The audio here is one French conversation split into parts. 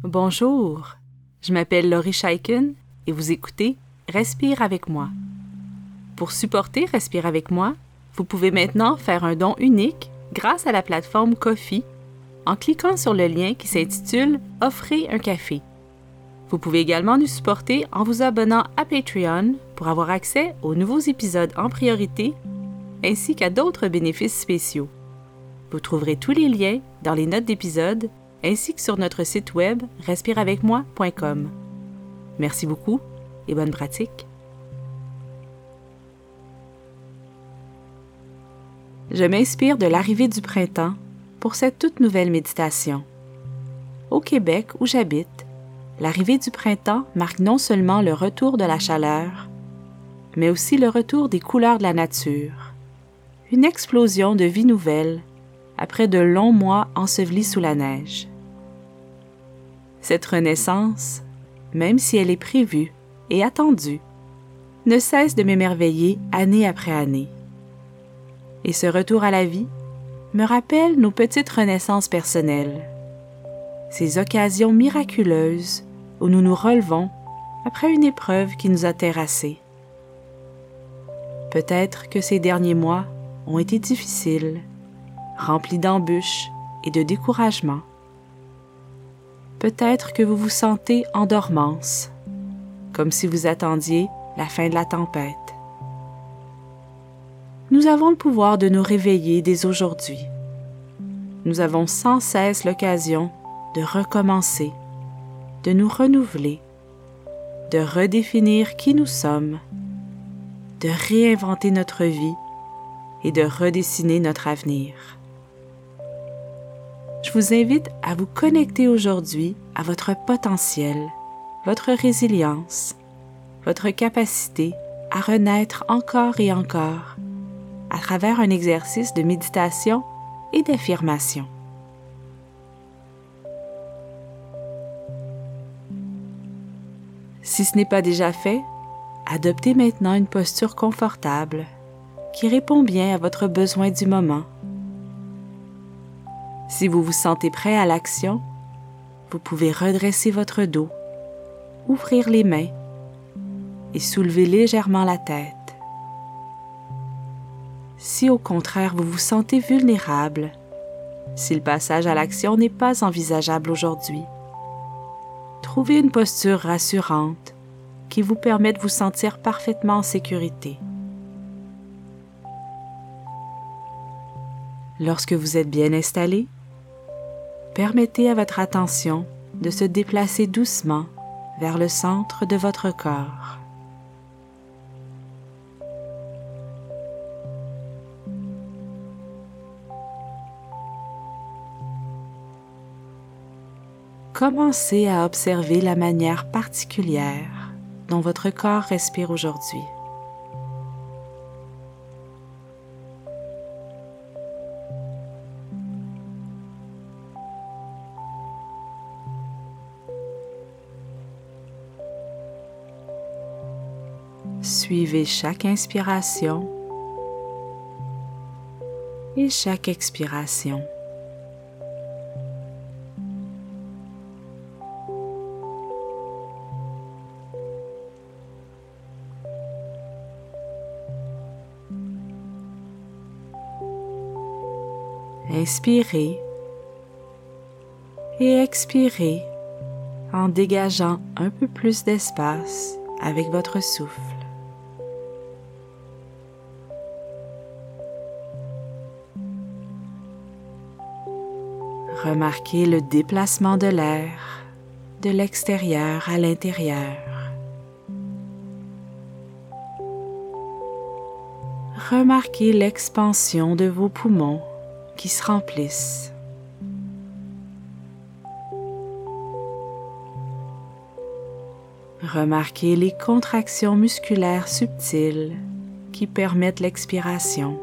Bonjour, je m'appelle Laurie Scheiken et vous écoutez Respire avec moi. Pour supporter Respire avec moi, vous pouvez maintenant faire un don unique grâce à la plateforme Ko-fi en cliquant sur le lien qui s'intitule « Offrez un café ». Vous pouvez également nous supporter en vous abonnant à Patreon pour avoir accès aux nouveaux épisodes en priorité ainsi qu'à d'autres bénéfices spéciaux. Vous trouverez tous les liens dans les notes d'épisode ainsi que sur notre site web respireavecmoi.com. Merci beaucoup et bonne pratique. Je m'inspire de l'arrivée du printemps pour cette toute nouvelle méditation. Au Québec, où j'habite, l'arrivée du printemps marque non seulement le retour de la chaleur, mais aussi le retour des couleurs de la nature, une explosion de vie nouvelle après de longs mois ensevelis sous la neige. Cette renaissance, même si elle est prévue et attendue, ne cesse de m'émerveiller année après année. Et ce retour à la vie me rappelle nos petites renaissances personnelles, ces occasions miraculeuses où nous nous relevons après une épreuve qui nous a terrassés. Peut-être que ces derniers mois ont été difficiles, remplis d'embûches et de découragement. Peut-être que vous vous sentez en dormance, comme si vous attendiez la fin de la tempête. Nous avons le pouvoir de nous réveiller dès aujourd'hui. Nous avons sans cesse l'occasion de recommencer, de nous renouveler, de redéfinir qui nous sommes, de réinventer notre vie et de redessiner notre avenir. Je vous invite à vous connecter aujourd'hui à votre potentiel, votre résilience, votre capacité à renaître encore et encore à travers un exercice de méditation et d'affirmation. Si ce n'est pas déjà fait, adoptez maintenant une posture confortable qui répond bien à votre besoin du moment. Si vous vous sentez prêt à l'action, vous pouvez redresser votre dos, ouvrir les mains et soulever légèrement la tête. Si au contraire vous vous sentez vulnérable, si le passage à l'action n'est pas envisageable aujourd'hui, trouvez une posture rassurante qui vous permet de vous sentir parfaitement en sécurité. Lorsque vous êtes bien installé, permettez à votre attention de se déplacer doucement vers le centre de votre corps. Commencez à observer la manière particulière dont votre corps respire aujourd'hui. Suivez chaque inspiration et chaque expiration. Inspirez et expirez en dégageant un peu plus d'espace avec votre souffle. Remarquez le déplacement de l'air de l'extérieur à l'intérieur. Remarquez l'expansion de vos poumons qui se remplissent. Remarquez les contractions musculaires subtiles qui permettent l'expiration.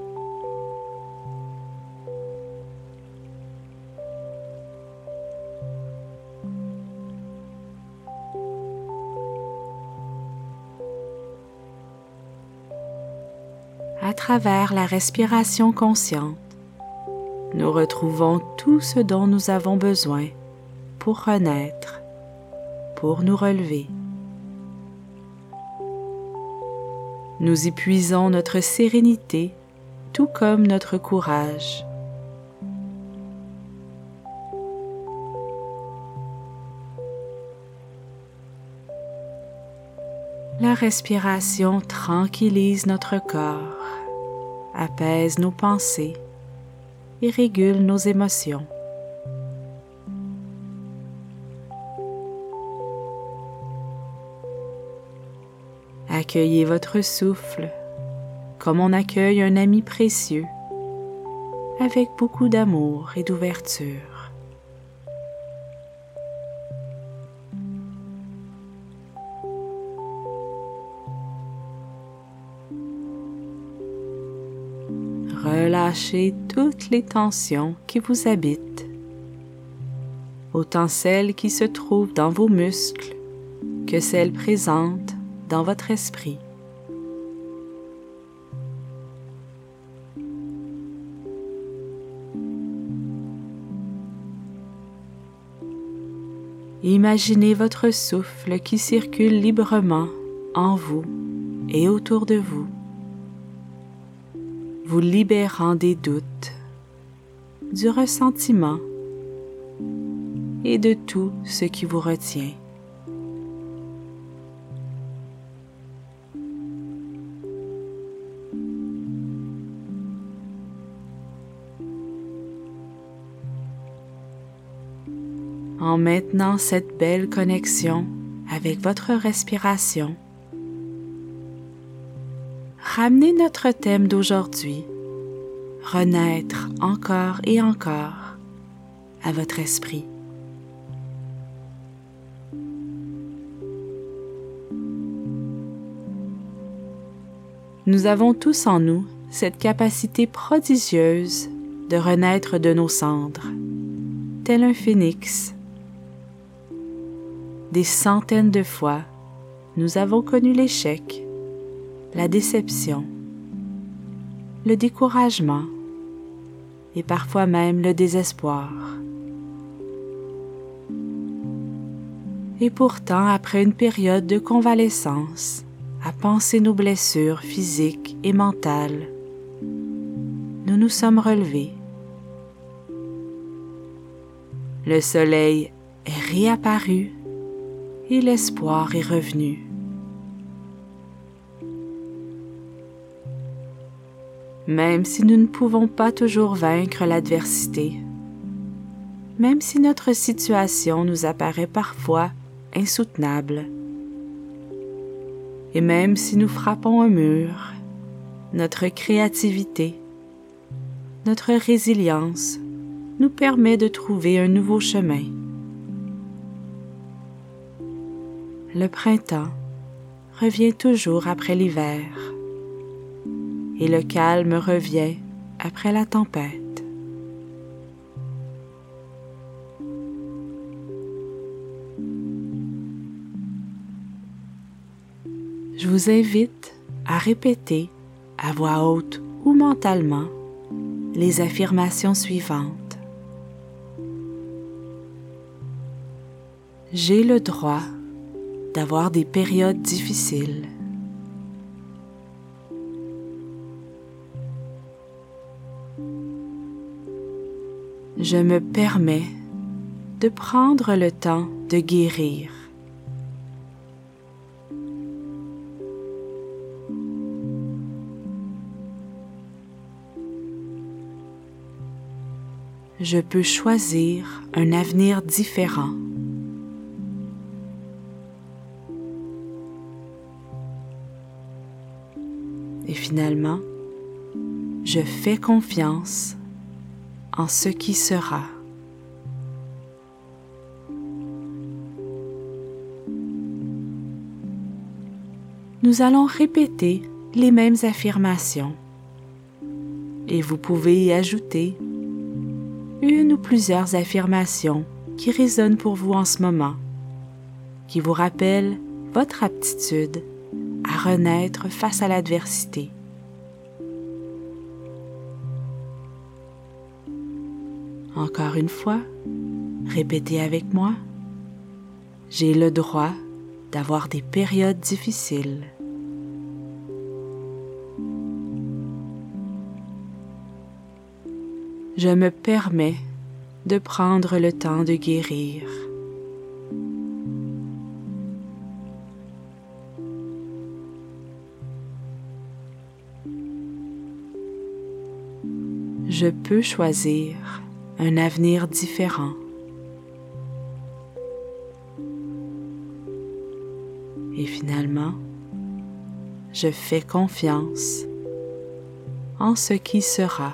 À travers la respiration consciente, nous retrouvons tout ce dont nous avons besoin pour renaître pour nous relever. Nous y puisons notre sérénité, tout comme notre courage. La respiration tranquillise notre corps, apaise nos pensées et régule nos émotions. Accueillez votre souffle comme on accueille un ami précieux, avec beaucoup d'amour et d'ouverture. Relâchez toutes les tensions qui vous habitent, autant celles qui se trouvent dans vos muscles que celles présentes dans votre esprit. Imaginez votre souffle qui circule librement en vous et autour de vous, vous libérant des doutes, du ressentiment et de tout ce qui vous retient. En maintenant cette belle connexion avec votre respiration, ramenez notre thème d'aujourd'hui, renaître encore et encore, à votre esprit. Nous avons tous en nous cette capacité prodigieuse de renaître de nos cendres, tel un phénix. Des centaines de fois, nous avons connu l'échec, la déception, le découragement et parfois même le désespoir. Et pourtant, après une période de convalescence, à penser nos blessures physiques et mentales, nous nous sommes relevés. Le soleil est réapparu et l'espoir est revenu. Même si nous ne pouvons pas toujours vaincre l'adversité, même si notre situation nous apparaît parfois insoutenable, et même si nous frappons un mur, notre créativité, notre résilience nous permet de trouver un nouveau chemin. Le printemps revient toujours après l'hiver et le calme revient après la tempête. Je vous invite à répéter à voix haute ou mentalement les affirmations suivantes. J'ai le droit d'avoir des périodes difficiles. Je me permets de prendre le temps de guérir. Je peux choisir un avenir différent. Et finalement, je fais confiance en ce qui sera. Nous allons répéter les mêmes affirmations et vous pouvez y ajouter une ou plusieurs affirmations qui résonnent pour vous en ce moment, qui vous rappellent votre aptitude à renaître face à l'adversité. Encore une fois, répétez avec moi. J'ai le droit d'avoir des périodes difficiles. Je me permets de prendre le temps de guérir. Je peux choisir un avenir différent. Et finalement, je fais confiance en ce qui sera.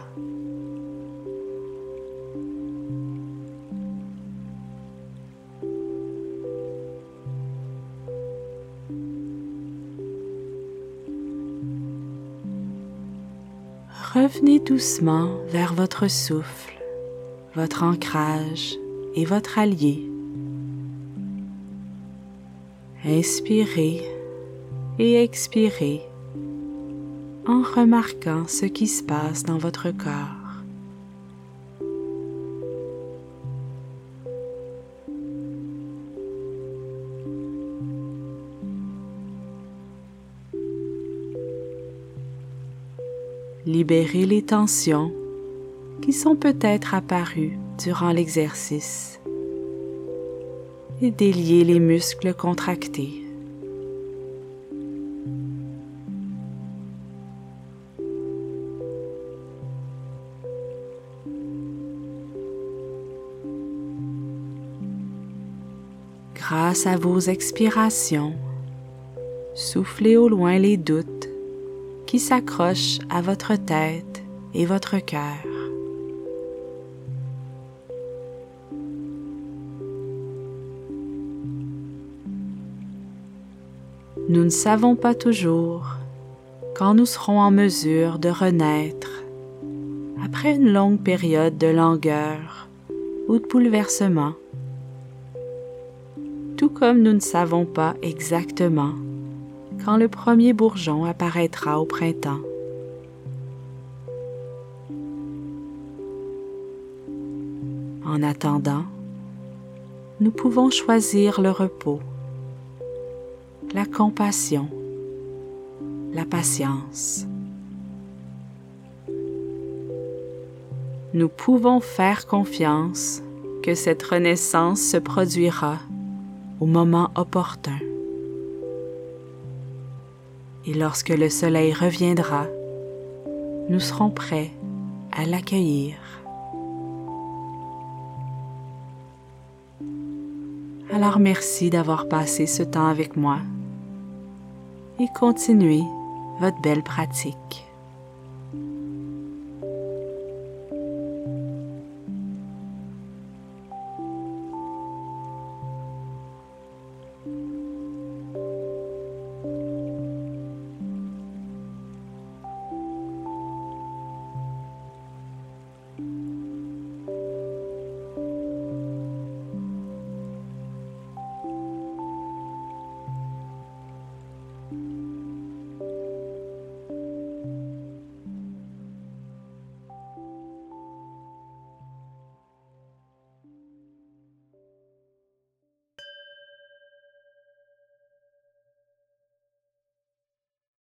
Revenez doucement vers votre souffle, votre ancrage et votre allié. Inspirez et expirez en remarquant ce qui se passe dans votre corps. Libérez les tensions qui sont peut-être apparues durant l'exercice et déliez les muscles contractés. Grâce à vos expirations, soufflez au loin les doutes qui s'accrochent à votre tête et votre cœur. Nous ne savons pas toujours quand nous serons en mesure de renaître après une longue période de langueur ou de bouleversement, tout comme nous ne savons pas exactement quand le premier bourgeon apparaîtra au printemps. En attendant, nous pouvons choisir le repos, la compassion, la patience. Nous pouvons faire confiance que cette renaissance se produira au moment opportun. Et lorsque le soleil reviendra, nous serons prêts à l'accueillir. Alors merci d'avoir passé ce temps avec moi et continuez votre belle pratique.